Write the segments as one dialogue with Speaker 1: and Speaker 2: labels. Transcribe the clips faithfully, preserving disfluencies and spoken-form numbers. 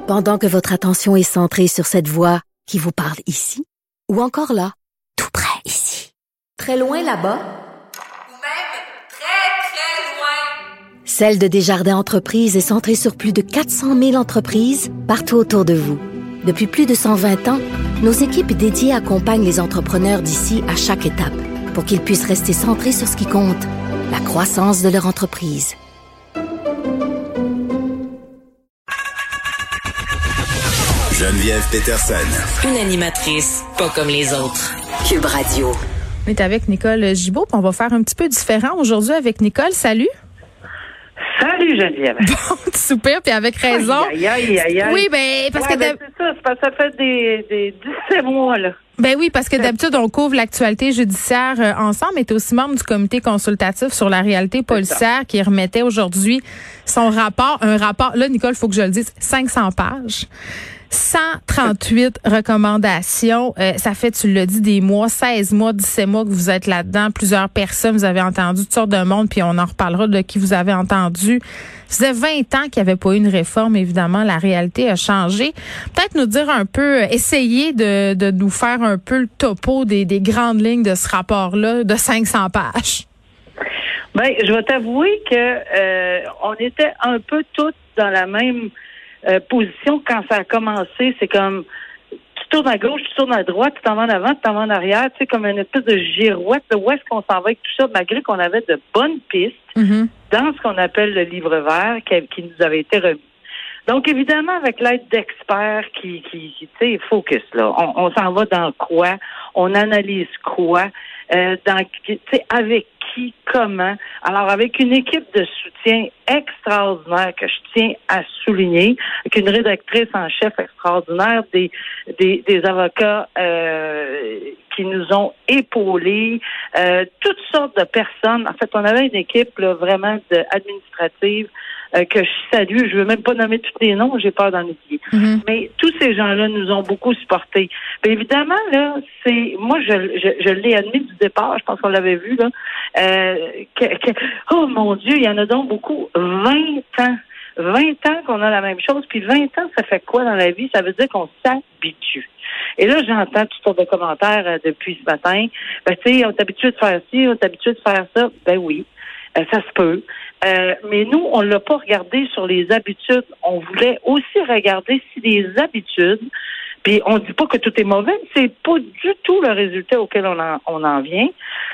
Speaker 1: Pendant que votre attention est centrée sur cette voix qui vous parle ici, ou encore là, tout près ici, très loin là-bas,
Speaker 2: ou même très, très loin,
Speaker 1: Celle de Desjardins Entreprises est centrée sur plus de quatre cent mille entreprises partout autour de vous. Depuis plus de cent vingt ans, nos équipes dédiées accompagnent les entrepreneurs d'ici à chaque étape pour qu'ils puissent rester centrés sur ce qui compte, la croissance de leur entreprise.
Speaker 3: Geneviève Peterson.
Speaker 4: Une animatrice pas comme les autres.
Speaker 5: Cube Radio.
Speaker 6: On est avec Nicole Gibault, puis on va faire un petit peu différent aujourd'hui avec Nicole. Salut!
Speaker 7: Salut Geneviève.
Speaker 6: Bon, tu soupires, puis avec raison.
Speaker 7: Aïe, aïe, aïe, aïe.
Speaker 6: Oui, ben parce
Speaker 7: ouais,
Speaker 6: que...
Speaker 7: Ben, c'est ça, c'est parce que ça fait des, des dix-sept mois, là.
Speaker 6: Ben oui, parce que d'habitude, on couvre l'actualité judiciaire euh, ensemble, mais tu es aussi membre du comité consultatif sur la réalité policière qui remettait aujourd'hui son rapport, un rapport, là, Nicole, il faut que je le dise, cinq cents pages. cent trente-huit recommandations. Euh, ça fait, tu l'as dit, des mois, seize mois, dix-sept mois que vous êtes là-dedans. Plusieurs personnes, vous avez entendu toutes sortes de monde, puis on en reparlera de qui vous avez entendu. Ça faisait vingt ans qu'il n'y avait pas eu une réforme, évidemment. La réalité a changé. Peut-être nous dire un peu, essayer de, de nous faire un peu le topo des, des grandes lignes de ce rapport-là de cinq cents pages.
Speaker 7: Ben, je vais t'avouer que euh, on était un peu toutes dans la même Euh, position quand ça a commencé. C'est comme tu tournes à gauche, tu tournes à droite, tu t'en vas en avant, tu t'en vas en arrière, tu sais, comme une espèce de girouette de où est-ce qu'on s'en va avec tout ça, malgré qu'on avait de bonnes pistes mm-hmm. dans ce qu'on appelle le livre vert qui, qui nous avait été remis. Donc, évidemment, avec l'aide d'experts qui, qui, qui tu sais, focus, là. On, on s'en va dans quoi? On analyse quoi? Euh, dans, tu sais, avec qui, comment? Alors, avec une équipe de soutien extraordinaire que je tiens à souligner, avec une rédactrice en chef extraordinaire, des, des, des avocats euh, qui nous ont épaulés, euh, toutes sortes de personnes. En fait, on avait une équipe là, vraiment de, administrative euh, que je salue. Je veux même pas nommer tous les noms, j'ai peur d'en oublier. Mm-hmm. Mais tous ces gens-là nous ont beaucoup supportés. Bien évidemment, là, c'est moi je, je, je l'ai admis du départ, je pense qu'on l'avait vu, là. Euh, que, que, oh mon Dieu, il y en a donc beaucoup. vingt ans. vingt ans qu'on a la même chose. Puis vingt ans, ça fait quoi dans la vie? Ça veut dire qu'on s'habitue. Et là, j'entends toutes sortes de commentaires euh, depuis ce matin. Ben, tu sais, on est habitué de faire ci, on est habitué de faire ça. Ben oui, euh, ça se peut. Euh, mais nous, on l'a pas regardé sur les habitudes. On voulait aussi regarder si les habitudes, puis on dit pas que tout est mauvais, c'est pas du tout le résultat auquel on en, on en vient.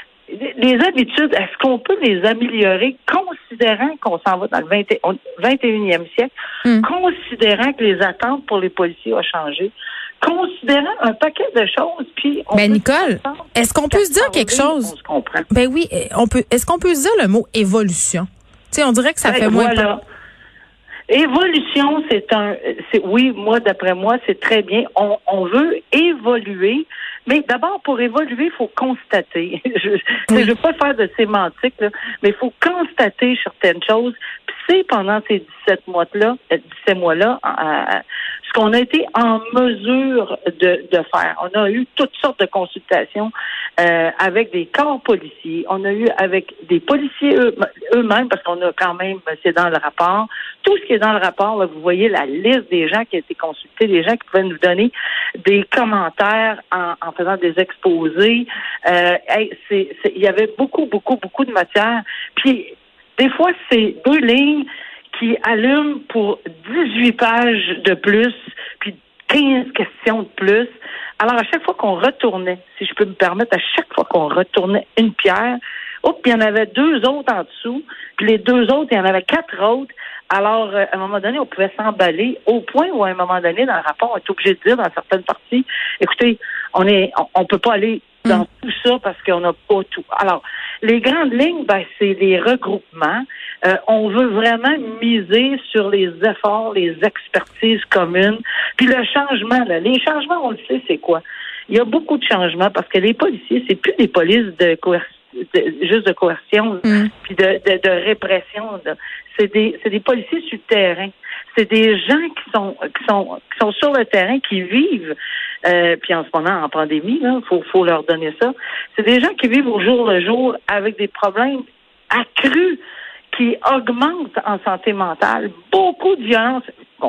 Speaker 7: Les habitudes, est-ce qu'on peut les améliorer considérant qu'on s'en va dans le vingt et unième siècle, mm. considérant que les attentes pour les policiers ont changé, considérant un paquet de choses, puis on
Speaker 6: ben Nicole, est-ce qu'on peut se dire quelque chose?
Speaker 7: On se comprend.
Speaker 6: Ben oui, on peut. Est-ce qu'on peut se dire le mot évolution? Tu sais, on dirait que ça ben, fait moins
Speaker 7: voilà. Évolution, c'est un, c'est oui, moi d'après moi, c'est très bien. On, on veut évoluer, mais d'abord pour évoluer, il faut constater. je ne veux pas faire de sémantique, là, mais il faut constater certaines choses. Puis c'est pendant ces dix-sept mois-là, dix-sept mois-là, euh, ce qu'on a été en mesure de, de faire. On a eu toutes sortes de consultations euh, avec des corps policiers. On a eu avec des policiers eux, eux-mêmes, parce qu'on a quand même, c'est dans le rapport. Tout ce qui est dans le rapport, là, vous voyez la liste des gens qui ont été consultés, des gens qui pouvaient nous donner des commentaires en, en faisant des exposés. Euh, hey, c'est, c'est, il y avait beaucoup, beaucoup, beaucoup de matière. Puis, des fois, c'est deux lignes qui allument pour dix-huit pages de plus, puis quinze questions de plus. Alors, à chaque fois qu'on retournait, si je peux me permettre, à chaque fois qu'on retournait une pierre, hop, il y en avait deux autres en dessous, puis les deux autres, il y en avait quatre autres. Alors, à un moment donné, on pouvait s'emballer au point où, à un moment donné, dans le rapport, on est obligé de dire dans certaines parties, écoutez, on est, on, on peut pas aller dans mmh. tout ça parce qu'on n'a pas tout. Alors, les grandes lignes, ben, c'est les regroupements. Euh, on veut vraiment miser sur les efforts, les expertises communes. Puis le changement, là, les changements, on le sait, c'est quoi? Il y a beaucoup de changements parce que les policiers, c'est plus des polices de coercition. De, juste de coercion mm. puis de, de, de répression. Là. C'est des c'est des policiers sur le terrain. C'est des gens qui sont qui sont qui sont sur le terrain, qui vivent. Euh, puis en ce moment, en pandémie, là, faut faut leur donner ça. C'est des gens qui vivent au jour le jour avec des problèmes accrus qui augmente en santé mentale, beaucoup de violences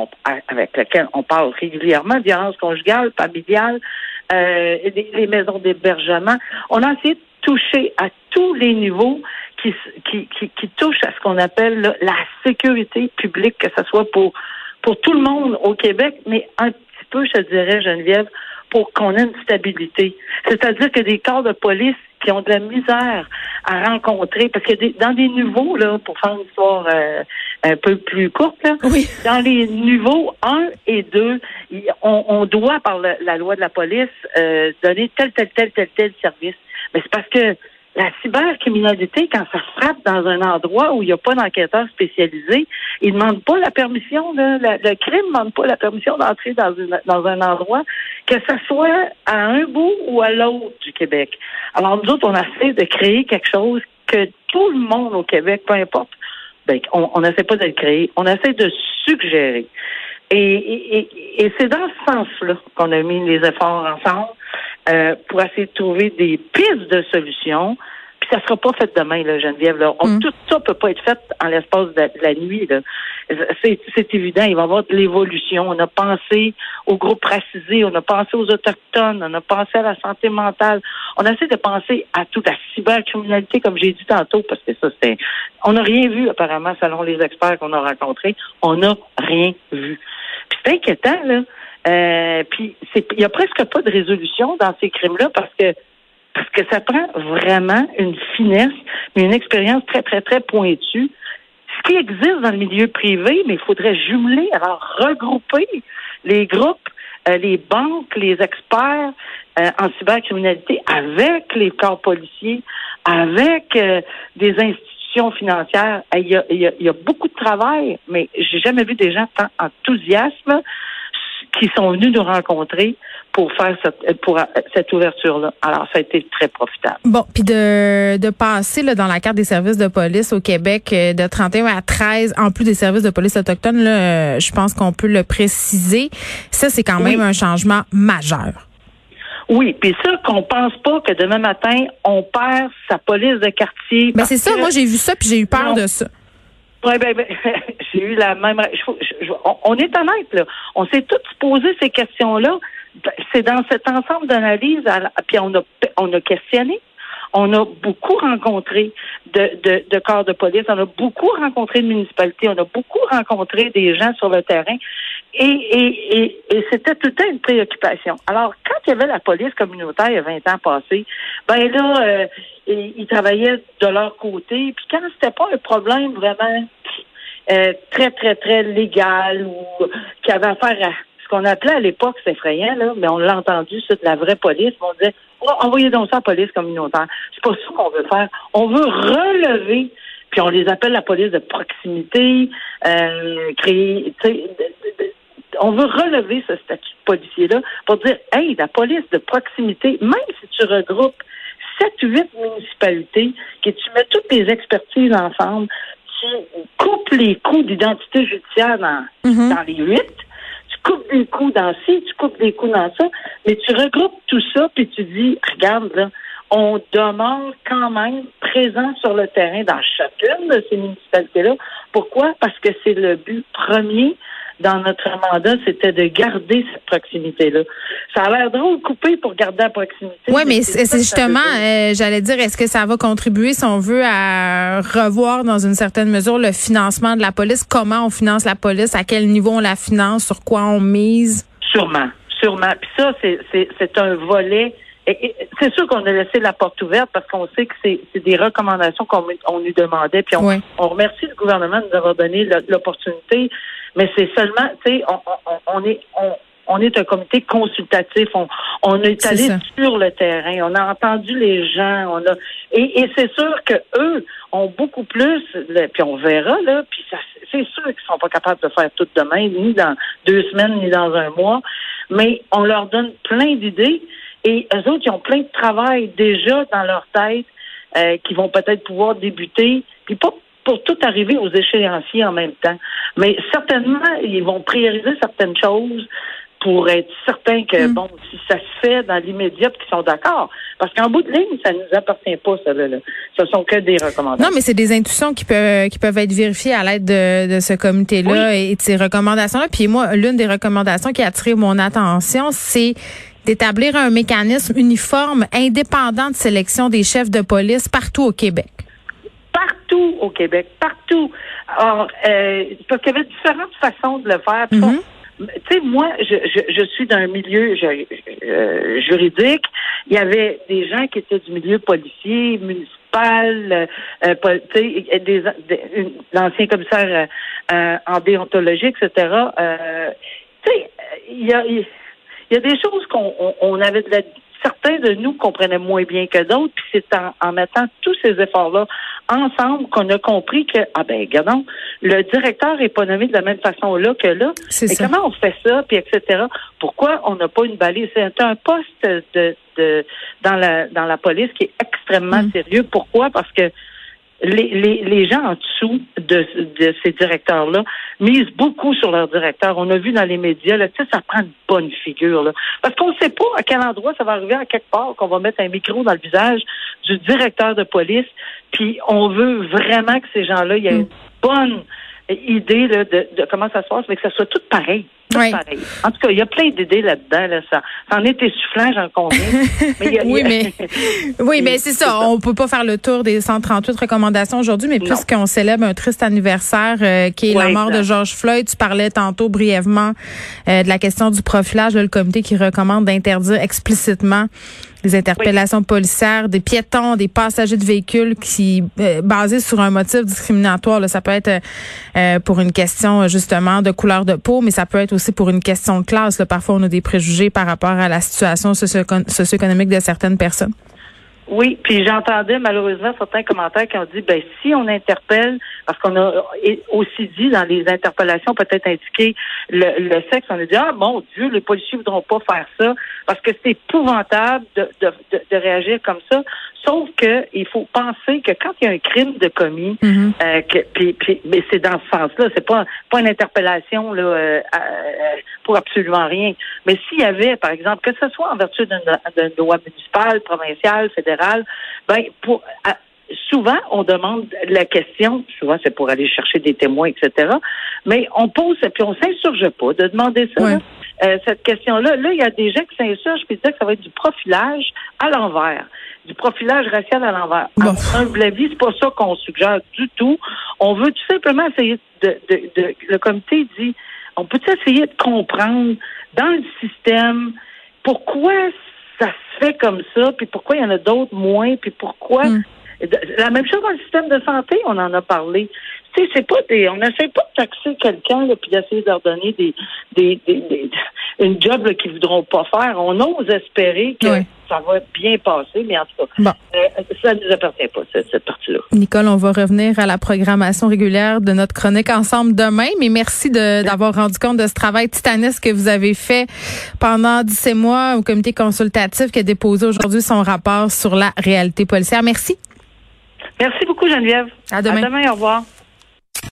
Speaker 7: avec lesquelles on parle régulièrement, violence conjugale, familiale, euh, les, les maisons d'hébergement. On a essayé de toucher à tous les niveaux qui, qui, qui, qui touchent à ce qu'on appelle là, la sécurité publique, que ce soit pour, pour tout le monde au Québec, mais un petit peu, je te dirais, Geneviève, pour qu'on ait une stabilité. C'est-à-dire que des corps de police qui ont de la misère à rencontrer, parce que des, dans des niveaux, là, pour faire une histoire euh, un peu plus courte, là,
Speaker 6: oui.
Speaker 7: Dans les niveaux un et deux, on, on doit, par le, la loi de la police, euh, donner tel, tel, tel, tel, tel service. Mais c'est parce que la cybercriminalité, quand ça frappe dans un endroit où il n'y a pas d'enquêteur spécialisé, ils ne demandent pas la permission, là, la, le crime ne demande pas la permission d'entrer dans, une, dans un endroit, que ce soit à un bout ou à l'autre du Québec. Alors, nous autres, on essaie de créer quelque chose que tout le monde au Québec, peu importe, ben, on n'essaie pas de le créer, on essaie de suggérer. Et, et, et, et c'est dans ce sens-là qu'on a mis les efforts ensemble. Euh, pour essayer de trouver des pistes de solutions. Puis ça sera pas fait demain, là, Geneviève. Là. On, mm. Tout ça peut pas être fait en l'espace de, de la nuit. Là. C'est, c'est évident, il va y avoir de l'évolution. On a pensé aux groupes racisés, on a pensé aux Autochtones, on a pensé à la santé mentale. On a essayé de penser à toute la cybercriminalité, comme j'ai dit tantôt, parce que ça, c'est... On n'a rien vu, apparemment, selon les experts qu'on a rencontrés. On n'a rien vu. Puis c'est inquiétant, là. Euh, puis c'est il y a presque pas de résolution dans ces crimes-là parce que parce que ça prend vraiment une finesse, mais une expérience très très très pointue. Ce qui existe dans le milieu privé, mais il faudrait jumeler, alors regrouper les groupes, euh, les banques, les experts euh, en cybercriminalité avec les corps policiers, avec euh, des institutions financières. Il y a, il y a, il y a beaucoup de travail, mais j'ai jamais vu des gens tant enthousiasme qui sont venus nous rencontrer pour faire cette, pour cette ouverture-là. Alors, ça a été très profitable.
Speaker 6: Bon, puis de, de passer là, dans la carte des services de police au Québec de trente et un à treize, en plus des services de police autochtones, là, je pense qu'on peut le préciser. Ça, c'est quand même oui. un changement majeur.
Speaker 7: Oui, puis ça, qu'on pense pas que demain matin, on perd sa police de quartier.
Speaker 6: Ben c'est ça,
Speaker 7: que...
Speaker 6: moi j'ai vu ça, puis j'ai eu peur non. de ça.
Speaker 7: Oui, ben, ben j'ai eu la même... Je, je, on, on est honnête, là. On s'est tous posé ces questions-là. C'est dans cet ensemble d'analyses, puis on a, on a questionné. On a beaucoup rencontré de, de, de corps de police, on a beaucoup rencontré de municipalités, on a beaucoup rencontré des gens sur le terrain. Et, et, et, et c'était tout le temps une préoccupation. Alors, quand il y avait la police communautaire il y a vingt ans passés, ben là, euh, ils, ils travaillaient de leur côté. Puis quand c'était pas un problème vraiment euh, très, très, très légal ou qui avait affaire à ce qu'on appelait à l'époque, c'est effrayant, là, mais on l'a entendu, c'est de la vraie police. On disait, oh, envoyez donc ça à la police communautaire. C'est pas ça qu'on veut faire. On veut relever, puis on les appelle la police de proximité, euh, créer, tu sais, on veut relever ce statut de policier-là pour dire, hey, la police de proximité, même si tu regroupes sept, huit municipalités, que tu mets toutes les expertises ensemble, tu coupes les coûts d'identité judiciaire dans, mm-hmm. dans les huit, tu coupes des coûts dans ci, tu coupes des coûts dans ça, mais tu regroupes tout ça, puis tu dis, regarde, là, on demeure quand même présent sur le terrain dans chacune de ces municipalités-là. Pourquoi? Parce que c'est le but premier dans notre mandat, c'était de garder cette proximité-là. Ça a l'air drôle coupé pour garder la proximité.
Speaker 6: Oui, mais, mais c'est, c'est justement, euh, j'allais dire, est-ce que ça va contribuer, si on veut, à revoir dans une certaine mesure le financement de la police? Comment on finance la police? À quel niveau on la finance? Sur quoi on mise?
Speaker 7: Sûrement, sûrement. Puis ça, c'est, c'est, c'est un volet. Et, et, c'est sûr qu'on a laissé la porte ouverte parce qu'on sait que c'est, c'est des recommandations qu'on on nous demandait. Puis on, oui. on remercie le gouvernement de nous avoir donné l'opportunité. Mais c'est seulement, tu sais, on, on, on est on, on est un comité consultatif. On, on est allé sur le terrain. On a entendu les gens. On a et, et c'est sûr que eux ont beaucoup plus. Le, puis on verra là. Puis ça, c'est sûr qu'ils sont pas capables de faire tout demain, ni dans deux semaines, ni dans un mois. Mais on leur donne plein d'idées. Et eux autres, ils ont plein de travail déjà dans leur tête euh, qui vont peut-être pouvoir débuter. Puis pas pour tout arriver aux échéanciers en même temps. Mais certainement, ils vont prioriser certaines choses pour être certain que,
Speaker 6: mm.
Speaker 7: bon, si ça se fait dans l'immédiat, qu'ils sont d'accord. Parce qu'en bout de ligne, ça ne nous appartient pas, ça, là, là. Ce sont que des recommandations.
Speaker 6: Non, mais c'est des intuitions qui peuvent qui peuvent être vérifiées à l'aide de, de ce comité-là oui. et de ces recommandations-là. Puis moi, l'une des recommandations qui a attiré mon attention, c'est d'établir un mécanisme uniforme, indépendant de sélection des chefs de police partout au Québec.
Speaker 7: Partout au Québec, partout. Alors, euh, parce qu'il y avait différentes façons de le faire. Mm-hmm. Tu sais, moi, je, je, je suis d'un milieu je, euh, juridique. Il y avait des gens qui étaient du milieu policier, municipal, euh, pol- tu sais, des, des l'ancien commissaire euh, en déontologie, et cetera. Euh, tu sais, il y a, il y a des choses qu'on on, on avait de la certains de nous comprenaient moins bien que d'autres, puis c'est en, en mettant tous ces efforts-là ensemble qu'on a compris que, ah ben, regardons, le directeur n'est pas nommé de la même façon là que là.
Speaker 6: C'est
Speaker 7: et
Speaker 6: ça.
Speaker 7: Comment on fait ça, puis et cetera. Pourquoi on n'a pas une balise? C'est un poste de, de dans la dans la police qui est extrêmement mm. sérieux. Pourquoi? Parce que Les, les, les gens en dessous de, de ces directeurs-là misent beaucoup sur leurs directeurs. On a vu dans les médias, là, tu sais, ça prend une bonne figure, là. Parce qu'on ne sait pas à quel endroit ça va arriver, à quelque part, qu'on va mettre un micro dans le visage du directeur de police. Puis on veut vraiment que ces gens-là, il y ait une bonne idée là, de, de comment ça se passe, mais que ça soit tout pareil. Tout
Speaker 6: oui.
Speaker 7: pareil. En tout cas, il y a plein d'idées là-dedans. Là, ça, ça en est essoufflant, j'en conviens. Mais il y a,
Speaker 6: oui,
Speaker 7: il y a...
Speaker 6: mais, oui, mais c'est ça. ça. On peut pas faire le tour des cent trente-huit recommandations aujourd'hui, mais puisqu'on célèbre un triste anniversaire euh, qui est oui, la mort exact. de George Floyd, tu parlais tantôt brièvement euh, de la question du profilage, là, le comité qui recommande d'interdire explicitement les interpellations oui. policières des piétons, des passagers de véhicules qui euh, basés sur un motif discriminatoire. Là, ça peut être euh, pour une question justement de couleur de peau, mais ça peut être aussi pour une question de classe. Là. Parfois, on a des préjugés par rapport à la situation socio- socio-économique de certaines personnes.
Speaker 7: Oui, puis j'entendais malheureusement certains commentaires qui ont dit, ben si on interpelle, parce qu'on a aussi dit dans les interpellations peut-être indiqué le, le sexe, on a dit, ah mon Dieu, les policiers ne voudront pas faire ça, parce que c'est épouvantable de, de, de, de réagir comme ça. Sauf que il faut penser que quand il y a un crime de commis, mm-hmm. euh, que, puis, puis, mais c'est dans ce sens-là, c'est pas pas une interpellation là euh, euh, pour absolument rien. Mais s'il y avait, par exemple, que ce soit en vertu d'une, d'une loi municipale, provinciale, fédérale, ben pour à, souvent on demande la question, souvent c'est pour aller chercher des témoins, et cetera. Mais on pose puis on s'insurge pas de demander ça.
Speaker 6: Ouais.
Speaker 7: Là, euh, cette question-là, là il y a des gens qui s'insurgent puis disent que ça va être du profilage à l'envers. Du profilage racial à l'envers.
Speaker 6: Bon.
Speaker 7: À mon humble avis, c'est pas ça qu'on suggère du tout. On veut tout simplement essayer de, de, de le comité dit, on peut essayer de comprendre dans le système pourquoi ça se fait comme ça, puis pourquoi il y en a d'autres moins, puis pourquoi mm. la même chose dans le système de santé, on en a parlé. Tu sais, c'est pas des, on n'essaie pas de taxer quelqu'un là, puis d'essayer de leur donner des, des, des, des une job là, qu'ils voudront pas faire. On ose espérer que oui. ça va bien passer, mais en tout cas, bon. euh, ça ne nous appartient pas, cette, cette partie-là.
Speaker 6: Nicole, on va revenir à la programmation régulière de notre chronique ensemble demain, mais merci de, d'avoir rendu compte de ce travail titanesque que vous avez fait pendant dix-sept mois au comité consultatif qui a déposé aujourd'hui son rapport sur la réalité policière. Merci.
Speaker 7: Merci beaucoup, Geneviève.
Speaker 6: À demain.
Speaker 7: À demain, au revoir.